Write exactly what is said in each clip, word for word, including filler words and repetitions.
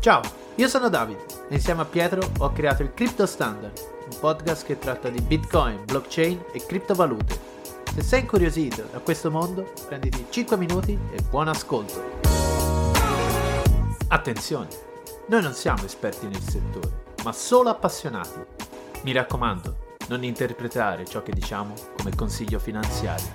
Ciao, io sono Davide e insieme a Pietro ho creato il Crypto Standard, un podcast che tratta di Bitcoin, blockchain e criptovalute. Se sei incuriosito da questo mondo, prenditi cinque minuti e buon ascolto. Attenzione, noi non siamo esperti nel settore, ma solo appassionati. Mi raccomando, non interpretare ciò che diciamo come consiglio finanziario.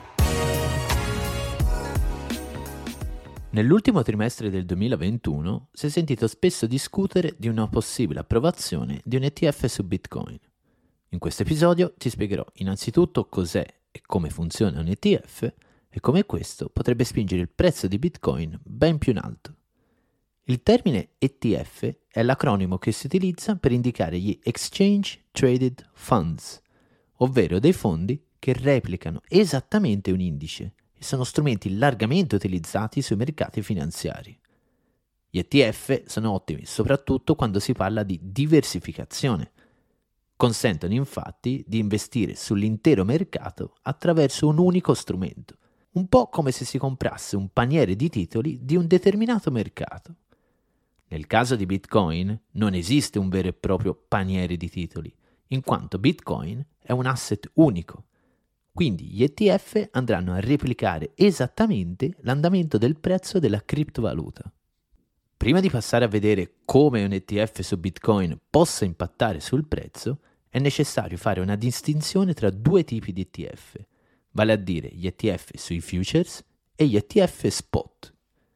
Nell'ultimo trimestre del duemilaventuno si è sentito spesso discutere di una possibile approvazione di un E T F su Bitcoin. In questo episodio ti spiegherò innanzitutto cos'è e come funziona un E T F e come questo potrebbe spingere il prezzo di Bitcoin ben più in alto. Il termine E T F è l'acronimo che si utilizza per indicare gli Exchange Traded Funds, ovvero dei fondi che replicano esattamente un indice e sono strumenti largamente utilizzati sui mercati finanziari. Gli E T F sono ottimi soprattutto quando si parla di diversificazione. Consentono infatti di investire sull'intero mercato attraverso un unico strumento, un po' come se si comprasse un paniere di titoli di un determinato mercato. Nel caso di Bitcoin non esiste un vero e proprio paniere di titoli, in quanto Bitcoin è un asset unico. Quindi gli E T F andranno a replicare esattamente l'andamento del prezzo della criptovaluta. Prima di passare a vedere come un E T F su Bitcoin possa impattare sul prezzo, è necessario fare una distinzione tra due tipi di E T F, vale a dire gli E T F sui futures e gli E T F spot.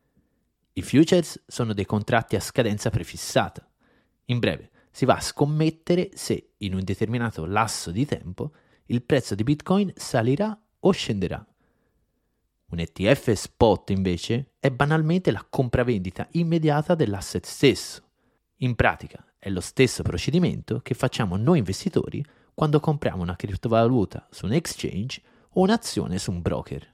I futures sono dei contratti a scadenza prefissata. In breve, si va a scommettere se in un determinato lasso di tempo il prezzo di Bitcoin salirà o scenderà. Un E T F spot invece è banalmente la compravendita immediata dell'asset stesso. In pratica è lo stesso procedimento che facciamo noi investitori quando compriamo una criptovaluta su un exchange o un'azione su un broker.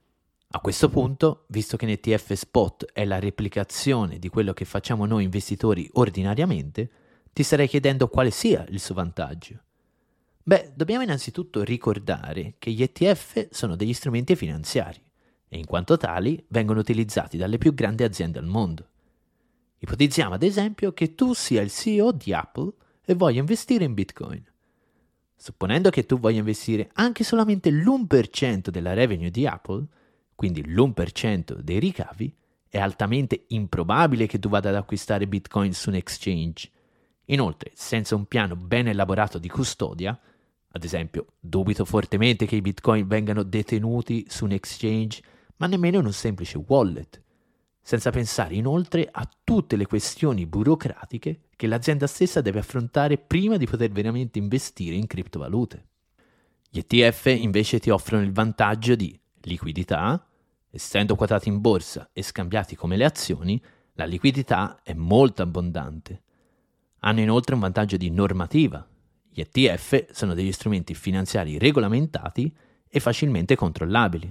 A questo punto, visto che un E T F spot è la replicazione di quello che facciamo noi investitori ordinariamente, ti starei chiedendo quale sia il suo vantaggio. Beh, dobbiamo innanzitutto ricordare che gli E T F sono degli strumenti finanziari e in quanto tali vengono utilizzati dalle più grandi aziende al mondo. Ipotizziamo ad esempio che tu sia il C E O di Apple e voglia investire in Bitcoin. Supponendo che tu voglia investire anche solamente l'uno per cento della revenue di Apple, quindi l'uno per cento dei ricavi, è altamente improbabile che tu vada ad acquistare Bitcoin su un exchange. Inoltre, senza un piano ben elaborato di custodia, ad esempio, dubito fortemente che i Bitcoin vengano detenuti su un exchange, ma nemmeno in un semplice wallet, senza pensare inoltre a tutte le questioni burocratiche che l'azienda stessa deve affrontare prima di poter veramente investire in criptovalute. Gli E T F invece ti offrono il vantaggio di liquidità. Essendo quotati in borsa e scambiati come le azioni, la liquidità è molto abbondante. Hanno inoltre un vantaggio di normativa. Gli E T F sono degli strumenti finanziari regolamentati e facilmente controllabili.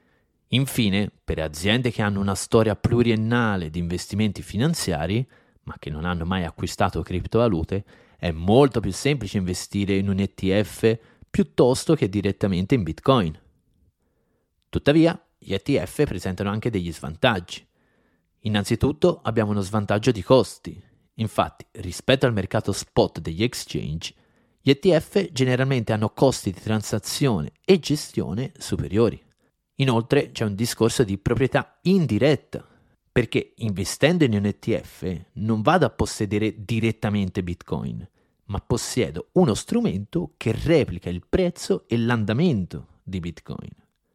Infine, per aziende che hanno una storia pluriennale di investimenti finanziari, ma che non hanno mai acquistato criptovalute, è molto più semplice investire in un E T F piuttosto che direttamente in Bitcoin. Tuttavia, gli E T F presentano anche degli svantaggi. Innanzitutto abbiamo uno svantaggio di costi. Infatti, rispetto al mercato spot degli exchange, gli E T F generalmente hanno costi di transazione e gestione superiori. Inoltre c'è un discorso di proprietà indiretta, perché investendo in un E T F non vado a possedere direttamente Bitcoin, ma possiedo uno strumento che replica il prezzo e l'andamento di Bitcoin.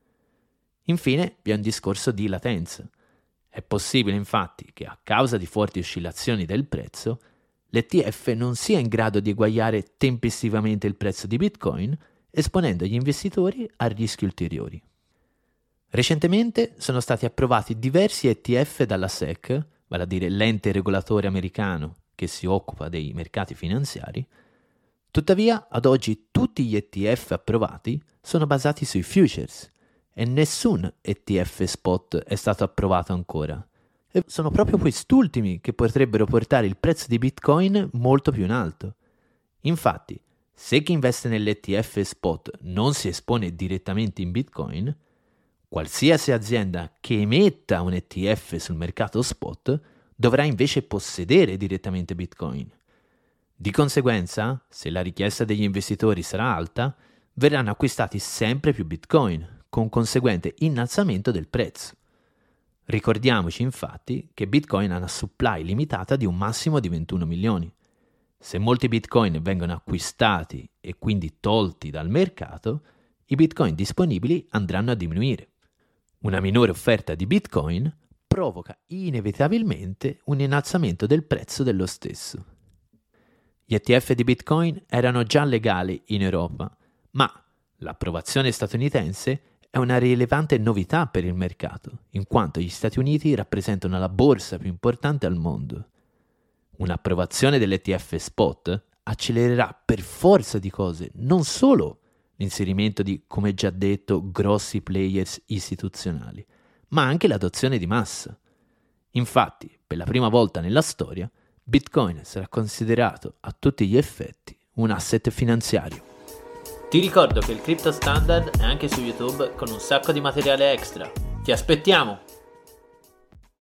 Infine vi è un discorso di latenza. È possibile infatti che a causa di forti oscillazioni del prezzo, l'E T F non sia in grado di eguagliare tempestivamente il prezzo di Bitcoin, esponendo gli investitori a rischi ulteriori. Recentemente sono stati approvati diversi E T F dalla S E C, vale a dire l'ente regolatore americano che si occupa dei mercati finanziari. Tuttavia, ad oggi tutti gli E T F approvati sono basati sui futures e nessun E T F spot è stato approvato ancora. E sono proprio quest'ultimi che potrebbero portare il prezzo di Bitcoin molto più in alto. Infatti, se chi investe nell'E T F spot non si espone direttamente in Bitcoin, qualsiasi azienda che emetta un E T F sul mercato spot dovrà invece possedere direttamente Bitcoin. Di conseguenza, se la richiesta degli investitori sarà alta, verranno acquistati sempre più Bitcoin, con conseguente innalzamento del prezzo. Ricordiamoci infatti che Bitcoin ha una supply limitata di un massimo di ventuno milioni. Se molti Bitcoin vengono acquistati e quindi tolti dal mercato, i Bitcoin disponibili andranno a diminuire. Una minore offerta di Bitcoin provoca inevitabilmente un innalzamento del prezzo dello stesso. Gli E T F di Bitcoin erano già legali in Europa, ma l'approvazione statunitense è una rilevante novità per il mercato, in quanto gli Stati Uniti rappresentano la borsa più importante al mondo. Un'approvazione dell'E T F spot accelererà per forza di cose non solo l'inserimento di, come già detto, grossi players istituzionali, ma anche l'adozione di massa. Infatti, per la prima volta nella storia, Bitcoin sarà considerato a tutti gli effetti un asset finanziario. Ti ricordo che il Crypto Standard è anche su YouTube con un sacco di materiale extra. Ti aspettiamo!